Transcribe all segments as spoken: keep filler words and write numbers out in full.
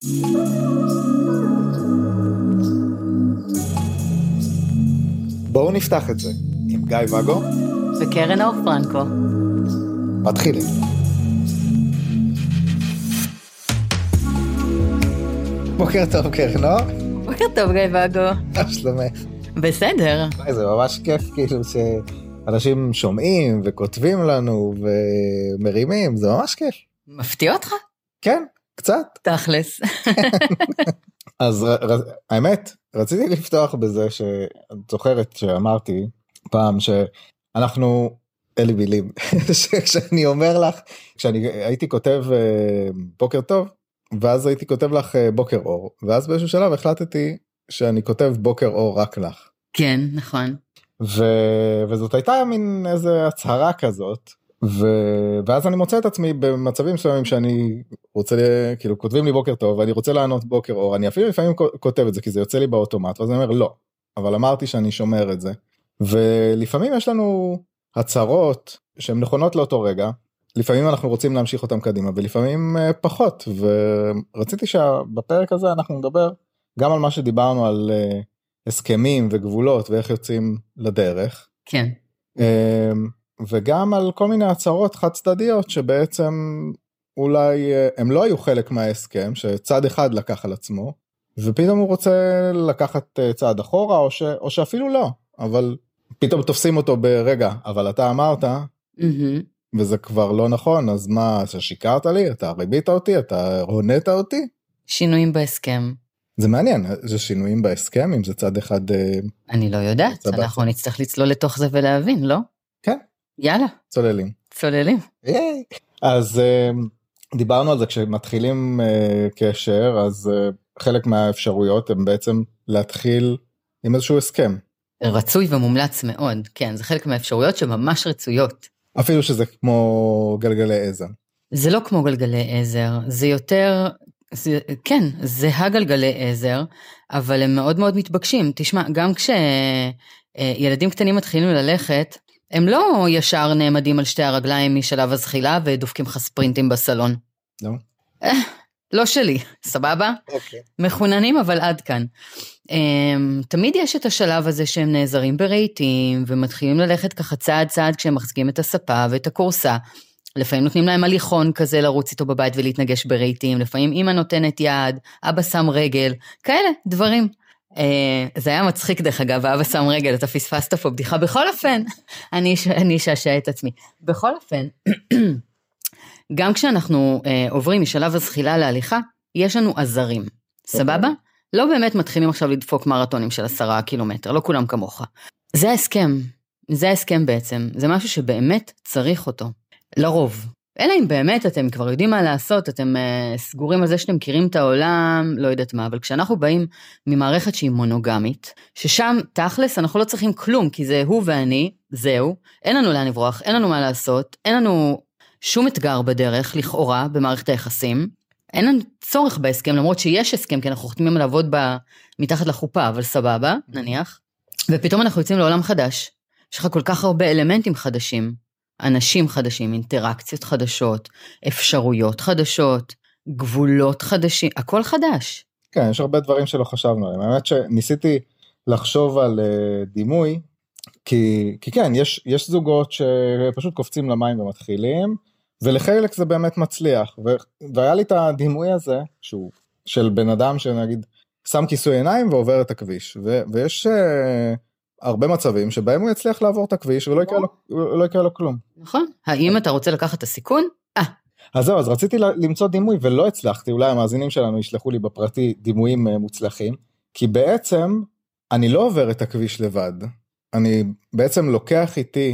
בואו נפתח את זה עם גיא וגו וקרן אור פרנקו. מתחילים. בוקר טוב קרן אור. בוקר טוב גיא וגו. מה שלומך? בסדר. זה ממש כיף כאילו שאנשים שומעים וכותבים לנו ומרימים, זה ממש כיף. מפתיע אותך? כן, קצת. תכלס. אז האמת, רציתי לפתוח בזה שאת זוכרת שאמרתי פעם שאנחנו אלי בילים, שכשאני אומר לך, כשאני הייתי כותב בוקר טוב, ואז הייתי כותב לך בוקר אור, ואז באיזשהו שלב החלטתי שאני כותב בוקר אור רק לך. כן, נכון. ו... וזאת הייתה מין איזו הצהרה כזאת, ו... ואז אני מוצא את עצמי במצבים מסוימים שאני רוצה, כאילו כותבים לי בוקר טוב, ואני רוצה לענות בוקר אור, אני אפילו לפעמים כותב את זה, כי זה יוצא לי באוטומט, ואז אני אומר לא, אבל אמרתי שאני שומר את זה, ולפעמים יש לנו הצהרות שהן נכונות לאותו רגע, לפעמים אנחנו רוצים להמשיך אותם קדימה, ולפעמים פחות, ורציתי שבפרק הזה אנחנו נדבר גם על מה שדיברנו על הסכמים וגבולות, ואיך יוצאים לדרך. כן. וגם על כל מיני הצהרות חד צדדיות, שבעצם אולי הם לא היו חלק מההסכם, שצד אחד לקח על עצמו, ופתאום הוא רוצה לקחת צעד אחורה, או, ש, או שאפילו לא, אבל פתאום תופסים אותו ברגע, אבל אתה אמרת, mm-hmm. וזה כבר לא נכון, אז מה, ששיקרת לי? אתה ריבית אותי? אתה הונית אותי? שינויים בהסכם. זה מעניין, זה שינויים בהסכם, אם זה צד אחד... אני לא יודעת, אנחנו נצטרך לצלול לתוך זה ולהבין, לא? כן. יאללה. צוללים. צוללים. ייי. אז דיברנו על זה, כשמתחילים קשר, אז חלק מהאפשרויות הם בעצם להתחיל עם איזשהו הסכם. רצוי ומומלץ מאוד, כן, זה חלק מהאפשרויות שממש רצויות. אפילו שזה כמו גלגלי עזר. זה לא כמו גלגלי עזר, זה יותר, זה, כן, זה הגלגלי עזר, אבל הם מאוד מאוד מתבקשים. תשמע, גם כשילדים קטנים מתחילים ללכת, הם לא ישר נעמדים על שתי הרגליים משלב הזחילה, ודופקים לך ספרינטים בסלון. לא? לא שלי, סבבה? אוקיי. מחוננים, אבל עד כאן. תמיד יש את השלב הזה שהם נעזרים ברהיטים, ומתחילים ללכת ככה צעד צעד, כשהם מחזיקים את הספה ואת הקורסה. לפעמים נותנים להם הליכון כזה לרוץ איתו בבית ולהתנגש ברהיטים, לפעמים אמא נותנת יד, אבא שם רגל, כאלה דברים. זה היה מצחיק דרך אגב, אבא שם רגל, אתה פספסת פה בדיחה, בכל אופן, אני, אני אשעשע את עצמי. בכל אופן, גם כשאנחנו עוברים משלב הזחילה להליכה, יש לנו עזרים, סבבה? לא באמת מתחילים עכשיו לדפוק מרתונים של עשרה קילומטר, לא כולם כמוך. זה ההסכם, זה ההסכם בעצם, זה משהו שבאמת צריך אותו, לרוב. אלא אם באמת אתם כבר יודעים מה לעשות, אתם uh, סגורים על זה שאתם מכירים את העולם, לא יודעת מה, אבל כשאנחנו באים ממערכת שהיא מונוגמית, ששם תכלס אנחנו לא צריכים כלום, כי זה הוא ואני, זהו, אין לנו לאן לברוח, אין לנו מה לעשות, אין לנו שום אתגר בדרך, לכאורה, במערכת היחסים, אין לנו צורך בהסכם, למרות שיש הסכם, כי אנחנו חותמים לעבוד ב... מתחת לחופה, אבל סבבה, נניח, ופתאום אנחנו יוצאים לעולם חדש, יש לך כל כך הרבה אלמנטים חדשים, אנשים חדשים, אינטראקציות חדשות, אפשרויות חדשות, גבולות חדשים, הכל חדש. כן, יש הרבה דברים שלא חשבנו עליהם. האמת שניסיתי לחשוב על uh, דימוי, כי, כי כן, יש, יש זוגות שפשוט קופצים למים ומתחילים, ולחלק זה באמת מצליח. ו, והיה לי את הדימוי הזה, שהוא של בן אדם שנגיד, שם כיסוי עיניים ועובר את הכביש. ו, ויש... Uh, הרבה מצבים שבהם הוא יצליח לעבור את הכביש, ולא יקרה לו, לא יקרה לו כלום. נכון. האם אתה רוצה לקחת את הסיכון? אה. אז זהו, אז רציתי למצוא דימוי, ולא הצלחתי, אולי המאזינים שלנו ישלחו לי בפרטי דימויים מוצלחים, כי בעצם אני לא עובר את הכביש לבד, אני בעצם לוקח איתי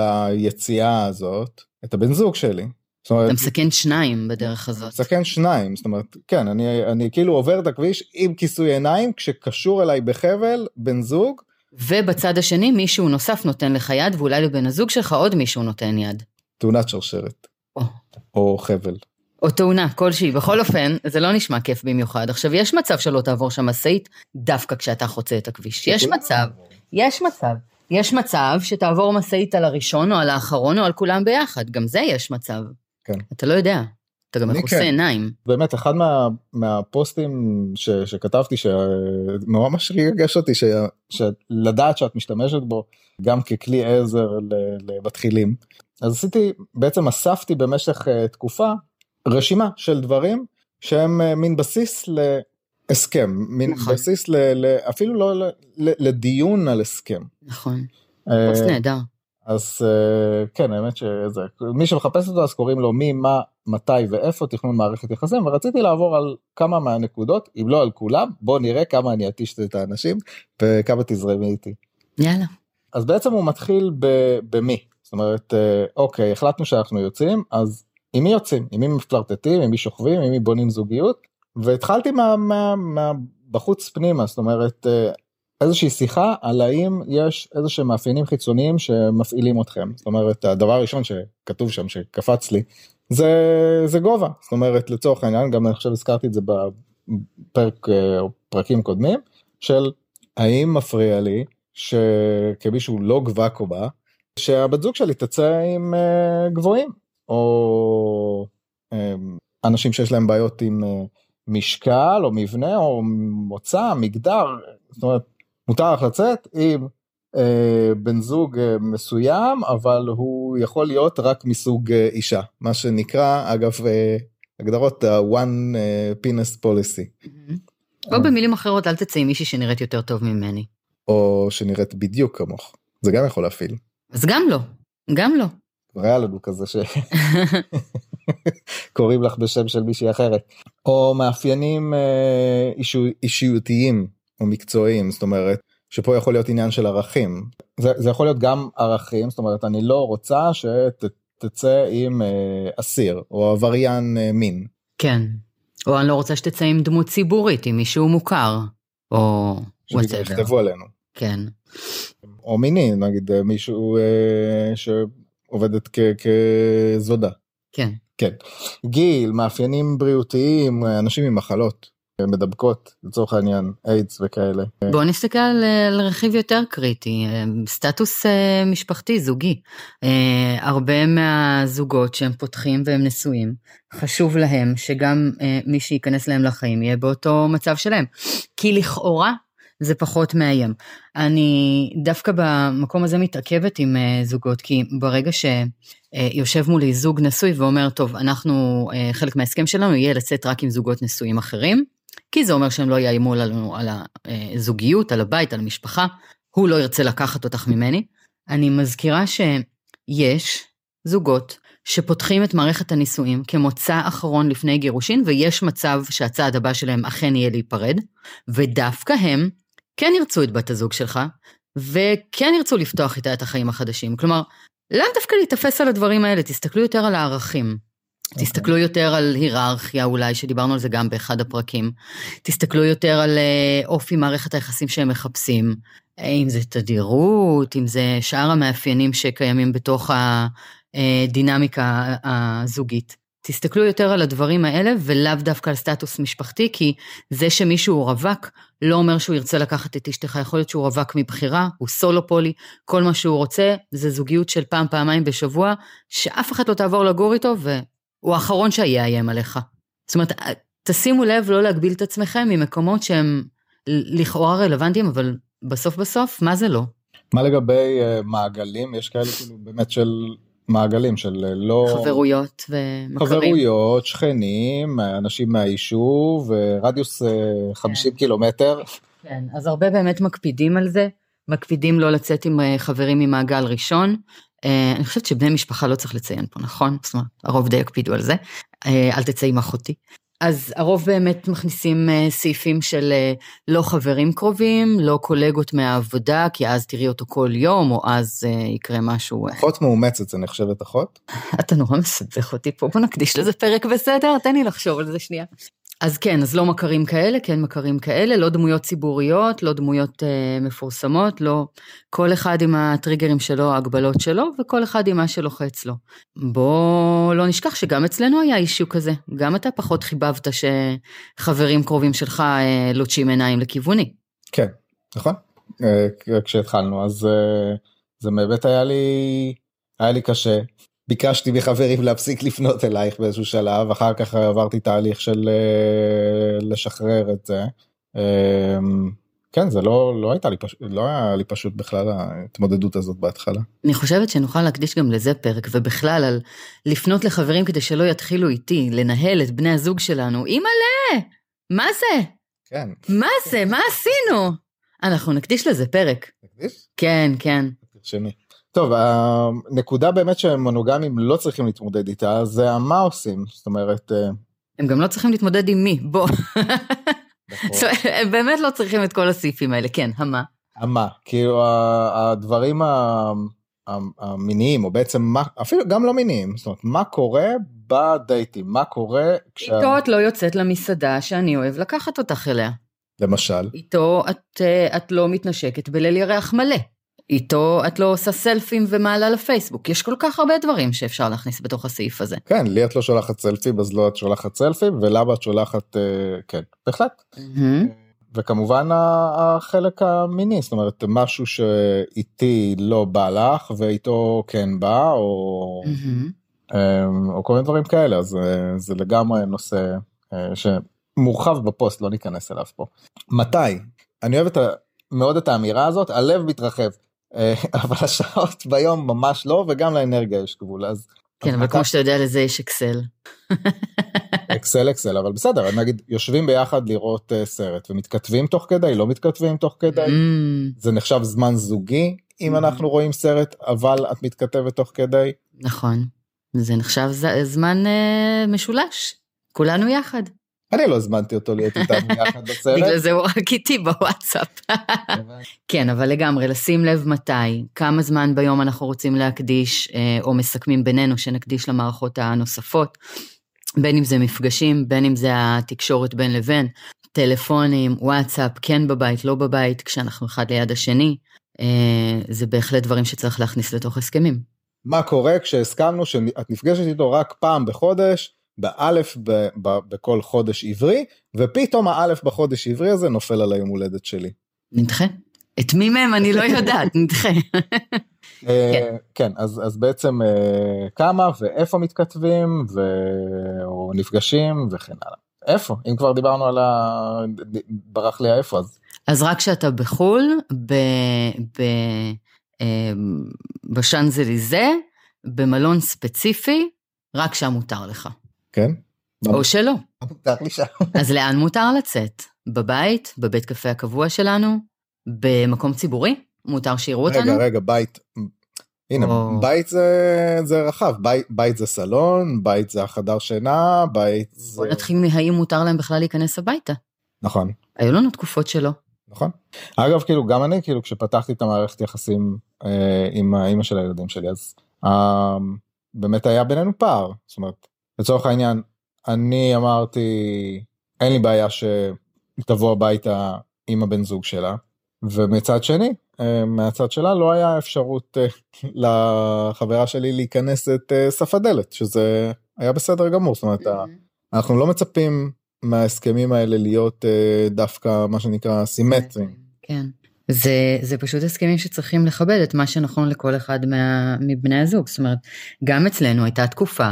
ליציאה הזאת, את הבן זוג שלי. אתה מסכן שניים בדרך הזאת. מסכן שניים, זאת אומרת, כן, אני, אני כאילו עובר את הכביש עם כיסוי עיניים, כשקשור אליי בחבל, בן זוג, ובצד השני מישהו נוסף נותן לך יד, ואולי לבן הזוג שלך עוד מישהו נותן יד. תאונת שרשרת. או. או חבל. או תאונה, כלשהי. בכל אופן, זה לא נשמע כיף במיוחד. עכשיו, יש מצב שלא תעבור שם משאית, דווקא כשאתה חוצה את הכביש. יש מצב, יש מצב. יש מצב שתעבור משאית על הראשון, או על האחרון, או על כולם ביחד. גם זה יש מצב. כן. אתה לא יודע. אתה גם מכוסה עיניים. באמת, אחד מה, מהפוסטים ש, שכתבתי, שממש ריגש אותי, ש, שלדעת שאת משתמשת בו, גם ככלי עזר למתחילים. אז עשיתי, בעצם אספתי במשך תקופה, רשימה של דברים, שהם מין בסיס להסכם, מין נכון. בסיס ל, ל, אפילו לא ל, ל, לדיון על הסכם. נכון, פוסט נהדר. אז כן, האמת שזה, מי שמחפש אותו אז קוראים לו מי, מה, מתי ואיפה תכנון מערכת יחסים, ורציתי לעבור על כמה מהנקודות, אם לא על כולם, בואו נראה כמה אני אטיש את האנשים, וכמה תזרמי איתי. יאללה. אז בעצם הוא מתחיל במי, זאת אומרת, אוקיי, החלטנו שאנחנו יוצאים, אז עם מי יוצאים? עם מי מפלרטטים, עם מי שוכבים, עם מי בונים זוגיות, והתחלתי מה, מה, מה בחוץ פנימה, זאת אומרת, איזושהי שיחה על האם יש איזשהם מאפיינים חיצוניים שמפעילים אתכם. זאת אומרת, הדבר הראשון שכתוב שם, שקפץ לי, זה, זה גובה. זאת אומרת, לצורך העניין, גם אני חושב הזכרתי את זה בפרק או פרקים קודמים, של האם מפריע לי שכמישהו לא גבה קובה, שהבת זוג שלי תצא עם גבוהים, או אנשים שיש להם בעיות עם משקל, או מבנה, או מוצא, מגדר, זאת אומרת, מותר לך לצאת עם אה, בן זוג אה, מסוים, אבל הוא יכול להיות רק מסוג אה, אישה, מה שנקרא, אגב, אה, הגדרות ה-one אה, penis policy. Mm-hmm. או במילים אחרות, אל תצא עם מישהי שנראית יותר טוב ממני. או שנראית בדיוק כמוך, זה גם יכול להפעיל. אז גם לא, גם לא. כבר היה לנו כזה שקוראים לך בשם של מישהי אחרת. או מאפיינים אה, אישו, אישיותיים, או מקצועיים, זאת אומרת, שפה יכול להיות עניין של ערכים. זה, זה יכול להיות גם ערכים, זאת אומרת, אני לא רוצה שתצא עם אה, אסיר, או עבריין אה, מין. כן, או אני לא רוצה שתצא עם דמות ציבורית, עם מישהו מוכר, או whatever. שתכתבו עלינו. כן. או מיני, נגיד, מישהו אה, שעובדת כ, כזודה. כן. כן. גיל, מאפיינים בריאותיים, אנשים עם מחלות. מדבקות, לצורך העניין, איידס וכאלה. בואו נסתכל על, על רכיב יותר קריטי, סטטוס משפחתי, זוגי. הרבה מהזוגות שהם פותחים והם נשואים, חשוב להם שגם מי שייכנס להם לחיים יהיה באותו מצב שלהם. כי לכאורה זה פחות מאיים. אני דווקא במקום הזה מתעכבת עם זוגות, כי ברגע שיושב מולי זוג נשוי ואומר, טוב, אנחנו, חלק מההסכם שלנו יהיה לצאת רק עם זוגות נשואים אחרים, כי זה אומר שהם לא יאיימו לנו על הזוגיות, על הבית, על המשפחה, הוא לא ירצה לקחת אותך ממני. אני מזכירה שיש זוגות שפותחים את מערכת הנישואים כמוצא אחרון לפני גירושין, ויש מצב שהצעד הבא שלהם אכן יהיה להיפרד, ודווקא הם כן ירצו את בת הזוג שלך, וכן ירצו לפתוח איתה את החיים החדשים. כלומר, לאו דווקא להתאפס על הדברים האלה, תסתכלו יותר על הערכים. Okay. תסתכלו יותר על היררכיה אולי, שדיברנו על זה גם באחד הפרקים. תסתכלו יותר על אופי מערכת היחסים שהם מחפשים. אם זה תדירות, אם זה שאר המאפיינים שקיימים בתוך הדינמיקה הזוגית. תסתכלו יותר על הדברים האלה, ולאו דווקא על סטטוס משפחתי, כי זה שמישהו הוא רווק, לא אומר שהוא ירצה לקחת את אשתך, יכול להיות שהוא רווק מבחירה, הוא סולופולי, כל מה שהוא רוצה, זה זוגיות של פעם, פעמיים בשבוע, שאף אחד לא תעבור לגור איתו, והוא האחרון שיאיים עליך. זאת אומרת, תשימו לב לא להגביל את עצמכם, ממקומות שהם לכאורה רלוונטיים, אבל בסוף בסוף, מה זה לא? מה לגבי uh, מעגלים? יש כאלה כאילו באמת של... מעגלים של לא... חברויות ומכרים. חברויות, שכנים, אנשים מהיישוב, רדיוס חמישים כן. קילומטר. כן, אז הרבה באמת מקפידים על זה, מקפידים לא לצאת עם חברים ממעגל ראשון, אני חושבת שבני משפחה לא צריך לציין פה, נכון? זאת אומרת, הרוב די יקפידו על זה, אל תצא עם אחותי. אז הרוב באמת מכניסים סעיפים של לא חברים קרובים, לא קולגות מהעבודה, כי אז תראי אותו כל יום, או אז יקרה משהו. אחות מאומצת, זה נחשבת אחות? אתה נורא מסבך אותי פה, בוא נקדיש לזה פרק בסדר, תן לי לחשוב על זה שנייה. אז כן, אז לא מכרים כאלה, כן מכרים כאלה, לא דמויות ציבוריות, לא דמויות אה, מפורסמות, לא כל אחד עם הטריגרים שלו, ההגבלות שלו, וכל אחד עם מה שלוחץ לו. בוא לא נשכח שגם אצלנו היה אישיו כזה, גם אתה פחות חיבבת שחברים קרובים שלך אה, לוטשים עיניים לכיווני. כן, נכון. אה, כשהתחלנו, אז אה, זה באמת היה לי, היה לי קשה, ביקשתי מחברים להפסיק לפנות אלייך באיזשהו שלב, אחר כך עברתי תהליך של לשחרר את זה. כן, זה לא, לא הייתה לי פשוט, לא היה לי פשוט בכלל ההתמודדות הזאת בהתחלה. אני חושבת שנוכל להקדיש גם לזה פרק, ובכלל על לפנות לחברים כדי שלא יתחילו איתי, לנהל את בני הזוג שלנו. אימא'לה, מה זה? כן. מה זה? מה עשינו? אנחנו נקדיש לזה פרק. נקדיש? כן, כן. תרשמי. טוב, הנקודה באמת שמונוגמים לא צריכים להתמודד איתה, זה מה עושים, זאת אומרת... הם גם לא צריכים להתמודד עם מי, בוא. הם באמת לא צריכים את כל הסעיפים האלה, כן, המה. המה, כאילו הדברים המיניים, או בעצם אפילו גם לא מיניים, זאת אומרת, מה קורה בדייטים, מה קורה כש... איתו את לא יוצאת למסעדה שאני אוהב לקחת אותך אליה. למשל? איתו את, את לא מתנשקת בליל ירח מלא. איתו את לא עושה סלפים ומעלה לפייסבוק. יש כל כך הרבה דברים שאפשר להכניס בתוך הסעיף הזה. כן, לי את לא שולחת סלפי, אז לא את שולחת סלפי, ולמה את שולחת, כן, בהחלט. וכמובן החלק המיני, זאת אומרת, משהו שאיתי לא בא לך, ואיתו כן בא, או, או כל מיני דברים כאלה, אז זה לגמרי נושא שמורחב בפוסט, לא ניכנס אליו פה. מתי? אני אוהב מאוד את האמירה הזאת, הלב מתרחב. אבל השעות ביום ממש לא, וגם לאנרגיה יש גבול, אז... כן, אבל כמו שאתה יודע, לזה יש אקסל. אקסל, אקסל, אבל בסדר, אני אגיד, יושבים ביחד לראות סרט, ומתכתבים תוך כדי, לא מתכתבים תוך כדי, זה נחשב זמן זוגי, אם אנחנו רואים סרט, אבל את מתכתבת תוך כדי. נכון, זה נחשב זמן משולש, כולנו יחד. אני לא הזמנתי אותו להיות איתנו יחד בסרט. בגלל זה הוא רק איתי בוואטסאפ. כן, אבל לגמרי, לשים לב מתי, כמה זמן ביום אנחנו רוצים להקדיש, או מסכמים בינינו שנקדיש למערכות הנוספות, בין אם זה מפגשים, בין אם זה התקשורת בין לבין, טלפונים, וואטסאפ, כן בבית, לא בבית, כשאנחנו אחד ליד השני, זה בהחלט דברים שצריך להכניס לתוך הסכמים. מה קורה כשהסכמנו שאת נפגשת איתו רק פעם בחודש, באלף ב- ב- בכל חודש עברי, ופתאום האלף בחודש עברי הזה נופל על היום הולדת שלי. נדחה. את מי מהם אני לא יודעת, נדחה. כן, אז, אז בעצם כמה ואיפה מתכתבים, או נפגשים וכן הלאה. איפה? אם כבר דיברנו על ה... ברח לי האיפה, אז... אז רק שאתה בחול, ב... ב... בשאנזליזה, במלון ספציפי, רק שם מותר לך. כן? או שלא. מותר לי שם. אז לאן מותר לצאת? בבית, בבית קפה הקבוע שלנו, במקום ציבורי? מותר שיראו אותנו? רגע, רגע, בית. הנה, או... בית זה, זה רחב. בית, בית זה סלון, בית זה החדר שינה, בית זה... בוא נתחיל מהאם מותר להם בכלל להיכנס הביתה. נכון. היו לנו תקופות שלא. נכון. אגב, כאילו, גם אני, כאילו, כשפתחתי את המערכת יחסים אה, עם האמא של הילדים שלי, אז אה, באמת היה בינינו פער. זאת אומרת, לצורך העניין, אני אמרתי, אין לי בעיה שתבוא הביתה עם הבן זוג שלה, ומצד שני, מהצד שלה לא היה אפשרות לחברה שלי להיכנס את סף הדלת, שזה היה בסדר גמור, זאת אומרת, אנחנו לא מצפים מההסכמים האלה להיות דווקא מה שנקרא סימטריים. כן, זה, זה פשוט הסכמים שצריכים לכבד את מה שנכון לכל אחד מה, מבני הזוג, זאת אומרת, גם אצלנו הייתה תקופה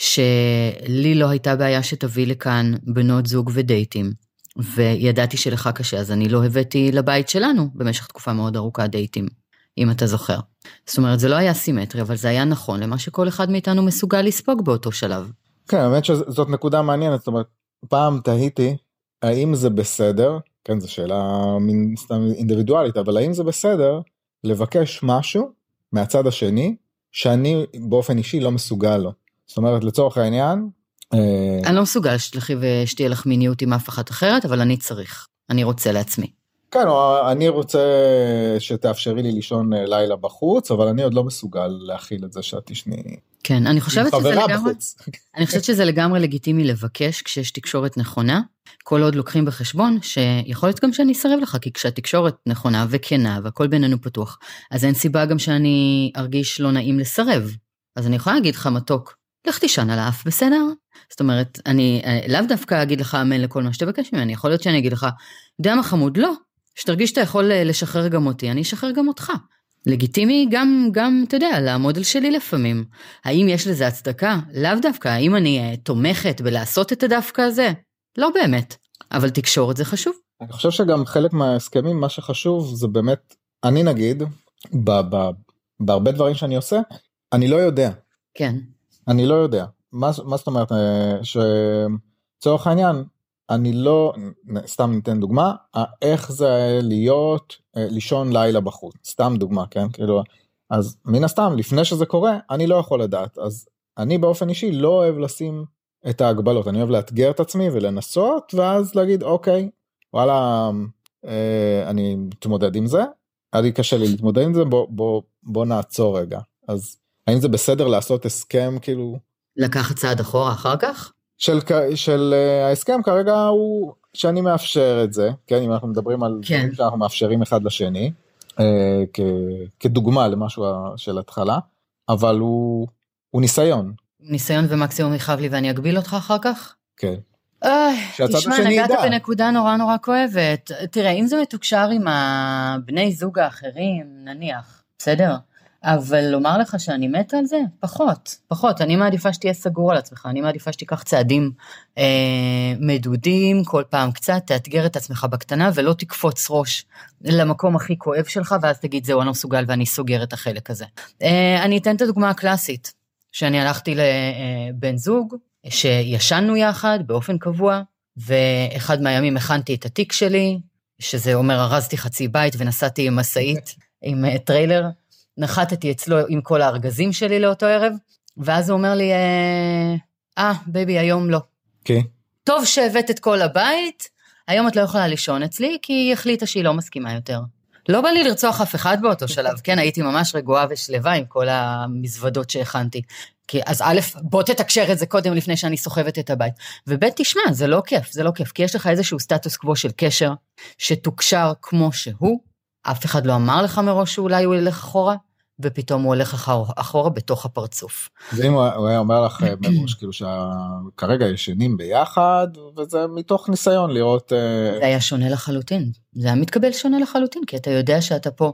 שלי לא הייתה בעיה שתביא לכאן בנות זוג ודייטים, וידעתי שלך קשה, אז אני לא הבאתי לבית שלנו במשך תקופה מאוד ארוכה דייטים, אם אתה זוכר. זאת אומרת, זה לא היה סימטרי, אבל זה היה נכון למה שכל אחד מאיתנו מסוגל לספוג באותו שלב. כן, האמת שזאת נקודה מעניינת, זאת אומרת, פעם תהיתי, האם זה בסדר, כן, זו שאלה מין סתם אינדיבידואלית, אבל האם זה בסדר לבקש משהו מהצד השני, שאני באופן אישי לא מסוגל לו. זאת אומרת, לצורך העניין, אני לא מסוגל שתלכי ושתהיה לך מיניות עם אף אחת אחרת, אבל אני צריך, אני רוצה לעצמי. כן, אני רוצה שתאפשרי לי לישון לילה בחוץ, אבל אני עוד לא מסוגל להכיל את זה שאת תשני. כן, אני חושבת שזה לגמרי, אני חושבת שזה לגמרי לגיטימי לבקש כשיש תקשורת נכונה, כל עוד לוקחים בחשבון שיכול להיות גם שאני אסרב לך, כי כשהתקשורת נכונה וכנה והכל בינינו פתוח, אז אין סיבה גם שאני ארגיש לא נעים לסרב. אז אני יכולה להגיד לך מתוק, לך תישן על האף, בסדר? זאת אומרת, אני לאו דווקא אגיד לך אמן לכל מה שתבקש ממני, יכול להיות שאני אגיד לך, יודע מה חמוד? לא, שתרגיש שאתה יכול לשחרר גם אותי, אני אשחרר גם אותך. לגיטימי גם, גם, אתה יודע, לעמוד על שלי לפעמים. האם יש לזה הצדקה? לאו דווקא. האם אני תומכת בלעשות את הדווקא הזה? לא באמת. אבל תקשורת זה חשוב. אני חושב שגם חלק מההסכמים, מה שחשוב זה באמת, אני נגיד, ב- ב- בהרבה דברים שאני עושה, אני לא יודע. כן. אני לא יודע. מה, מה זאת אומרת? שצורך העניין, אני לא, סתם ניתן דוגמה, איך זה להיות, לישון לילה בחוץ. סתם דוגמה, כן? כאילו, אז מן הסתם, לפני שזה קורה, אני לא יכול לדעת. אז אני באופן אישי לא אוהב לשים את ההגבלות. אני אוהב לאתגר את עצמי ולנסות, ואז להגיד, אוקיי, וואלה, אני מתמודד עם זה, היה לי קשה לי להתמודד עם זה, בוא, בוא, בוא נעצור רגע. אז האם זה בסדר לעשות הסכם, כאילו... לקחת צעד אחורה אחר כך? של, של ההסכם כרגע הוא שאני מאפשר את זה, כן, אם אנחנו מדברים על כן. שאנחנו מאפשרים אחד לשני, אה, כ, כדוגמה למשהו של התחלה, אבל הוא, הוא ניסיון. ניסיון ומקסימום יכאב לי ואני אגביל אותך אחר כך? כן. אוי, תשמע, נגעת בנקודה נורא נורא כואבת. תראה, אם זה מתוקשר עם הבני זוג האחרים, נניח, בסדר? אבל לומר לך שאני מתה על זה? פחות, פחות. אני מעדיפה שתהיה סגור על עצמך, אני מעדיפה שתיקח צעדים אה, מדודים, כל פעם קצת, תאתגר את עצמך בקטנה, ולא תקפוץ ראש למקום הכי כואב שלך, ואז תגיד, זהו, אני לא מסוגל ואני סוגר את החלק הזה. אה, אני אתן את הדוגמה הקלאסית, שאני הלכתי לבן זוג, שישנו יחד באופן קבוע, ואחד מהימים הכנתי את התיק שלי, שזה אומר, ארזתי חצי בית ונסעתי עם מסעית, עם טריילר, נחתתי אצלו עם כל הארגזים שלי לאותו ערב, ואז הוא אומר לי, אה, בייבי, היום לא. כן. טוב שהבאת את כל הבית, היום את לא יכולה לישון אצלי, כי היא החליטה שהיא לא מסכימה יותר. לא בא לי לרצוח אף אחד באותו שלב, כן, הייתי ממש רגועה ושלווה עם כל המזוודות שהכנתי. כי אז א', בוא תתקשר את זה קודם לפני שאני סוחבת את הבית. וב', תשמע, זה לא כיף, זה לא כיף, כי יש לך איזשהו סטטוס קוו של קשר, שתוקשר כמו שהוא, אף אחד לא אמר לך מראש שאולי הוא ילך אחורה, ופתאום הוא הולך אחורה, אחורה בתוך הפרצוף. ואם הוא היה אומר לך מראש, כאילו שכרגע ישנים ביחד, וזה מתוך ניסיון לראות... זה היה שונה לחלוטין, זה היה מתקבל שונה לחלוטין, כי אתה יודע שאתה פה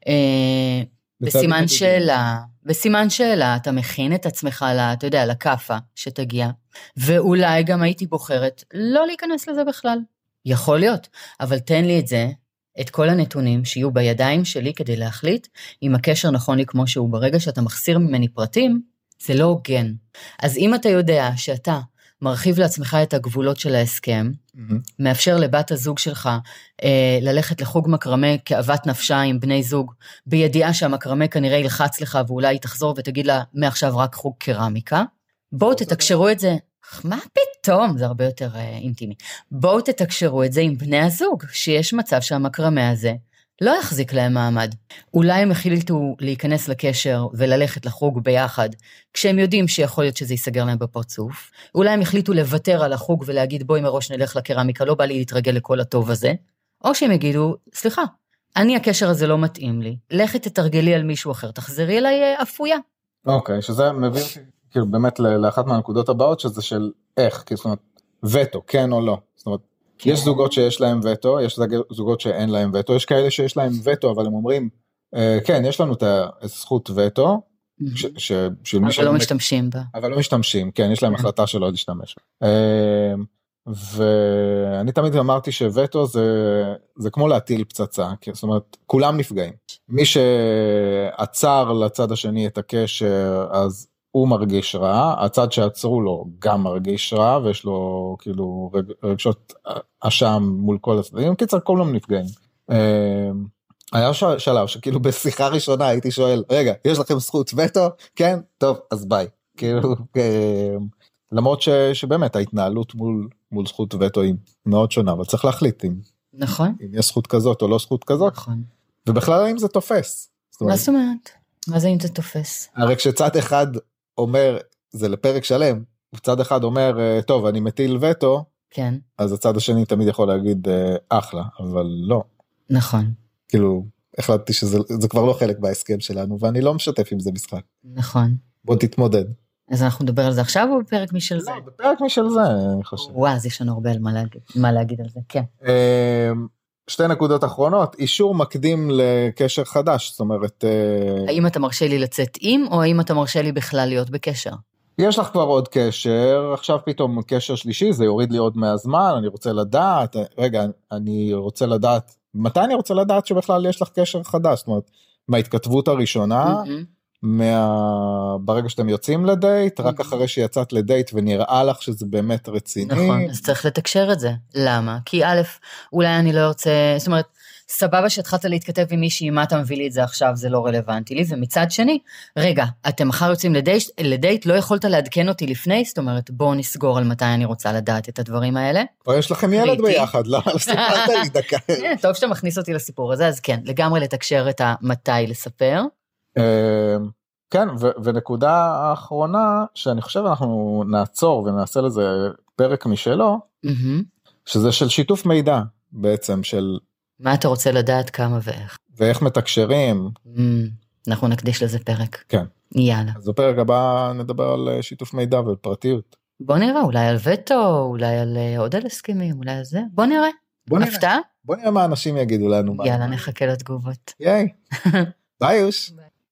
אה, בסימן שאלה, בסימן שאלה, אתה מכין את עצמך, לה, אתה יודע, לקפה שתגיע, ואולי גם הייתי בוחרת לא להיכנס לזה בכלל. יכול להיות, אבל תן לי את זה, את כל הנתונים שיהיו בידיים שלי כדי להחליט אם הקשר נכון לי כמו שהוא. ברגע שאתה מחסיר ממני פרטים, זה לא הוגן. אז אם אתה יודע שאתה מרחיב לעצמך את הגבולות של ההסכם, mm-hmm. מאפשר לבת הזוג שלך אה, ללכת לחוג מקרמה כאוות נפשה עם בני זוג, בידיעה שהמקרמה כנראה ילחץ לך ואולי היא תחזור ותגיד לה מעכשיו רק חוג קרמיקה, בואו תתקשרו את זה. מה פתאום? זה הרבה יותר אה, אינטימי. בואו תתקשרו את זה עם בני הזוג, שיש מצב שהמקרמה הזה לא יחזיק להם מעמד. אולי הם החליטו להיכנס לקשר וללכת לחוג ביחד, כשהם יודעים שיכול להיות שזה ייסגר להם בפרצוף. אולי הם החליטו לוותר על החוג ולהגיד בואי מראש נלך לקרמיקה, לא בא לי להתרגל לכל הטוב הזה. או שהם יגידו, סליחה, אני הקשר הזה לא מתאים לי, לכי תתרגלי על מישהו אחר, תחזרי אליי אפויה. אוקיי, שזה מביא כאילו באמת לאחת מהנקודות הבאות, שזה של איך, כאילו, זאת אומרת, וטו, כן או לא. זאת אומרת, כן. יש זוגות שיש להם וטו, יש זוגות שאין להם וטו, יש כאלה שיש להם וטו, אבל הם אומרים, אה, כן, יש לנו את הזכות וטו, ש, ש, של אבל מי לא משתמשים בה. אבל לא משתמשים, כן, יש להם החלטה שלא להשתמש. אה, ואני תמיד אמרתי שווטו זה, זה כמו להטיל פצצה, זאת אומרת, כולם נפגעים. מי שעצר לצד השני את הקשר, אז הוא מרגיש רע, הצד שעצרו לו גם מרגיש רע, ויש לו כאילו רגשות אשם מול כל הצדדים, קיצר כולם נפגעים. היה שלב שכאילו בשיחה ראשונה הייתי שואל, רגע, יש לכם זכות וטו? כן? טוב, אז ביי. כאילו, למרות שבאמת ההתנהלות מול, מול זכות וטו היא מאוד שונה, אבל צריך להחליט אם, נכון. אם יש זכות כזאת או לא זכות כזאת. נכון. ובכלל אם זה תופס. מה זאת אומרת? מה זה אם זה תופס? הרי כשצד אחד אומר, זה לפרק שלם, וצד אחד אומר, טוב, אני מטיל וטו, כן. אז הצד השני תמיד יכול להגיד, אחלה, אבל לא. נכון. כאילו, החלטתי שזה זה כבר לא חלק בהסכם שלנו, ואני לא משתף עם זה משחק. נכון. בוא תתמודד. אז אנחנו נדבר על זה עכשיו, או בפרק משל זה? לא, בפרק משל זה, אני חושב. וואו, אז יש לנו הרבה על מה להגיד, מה להגיד על זה, כן. שתי נקודות אחרונות, אישור מקדים לקשר חדש, זאת אומרת... האם אתה מרשה לי לצאת עם, או האם אתה מרשה לי בכלל להיות בקשר? יש לך כבר עוד קשר, עכשיו פתאום קשר שלישי, זה יוריד לי עוד מהזמן, אני רוצה לדעת, רגע, אני רוצה לדעת, מתי אני רוצה לדעת שבכלל יש לך קשר חדש? זאת אומרת, מההתכתבות הראשונה, מה... ברגע שאתם יוצאים לדייט, רק אחרי שיצאת לדייט ונראה לך שזה באמת רציני. נכון, אז צריך לתקשר את זה. למה? כי א', אולי אני לא רוצה, זאת אומרת, סבבה שהתחלת להתכתב עם מישהי, מה אתה מביא לי את זה עכשיו, זה לא רלוונטי לי, ומצד שני, רגע, אתם מחר יוצאים לדייט, לדייט, לא יכולת לעדכן אותי לפני, זאת אומרת, בואו נסגור על מתי אני רוצה לדעת את הדברים האלה. או יש לכם ילד ביחד, לא, סיפרת לי דקה. טוב שאתה מכניס אותי לסיפור הזה, אז כן, לגמרי לתקשר את המתי לספר. כן, ונקודה האחרונה, שאני חושב אנחנו נעצור ונעשה לזה פרק משלו, שזה של שיתוף מידע, בעצם של... מה אתה רוצה לדעת, כמה ואיך. ואיך מתקשרים. אנחנו נקדיש לזה פרק. כן. יאללה. אז בפרק הבא נדבר על שיתוף מידע ופרטיות. בוא נראה, אולי על וטו, אולי על עוד על הסכמים, אולי על זה. בוא נראה. בוא נראה. הפתעה? בוא נראה מה אנשים יגידו לנו. יאללה, נחכה לתגובות. ייי. ביי יוש.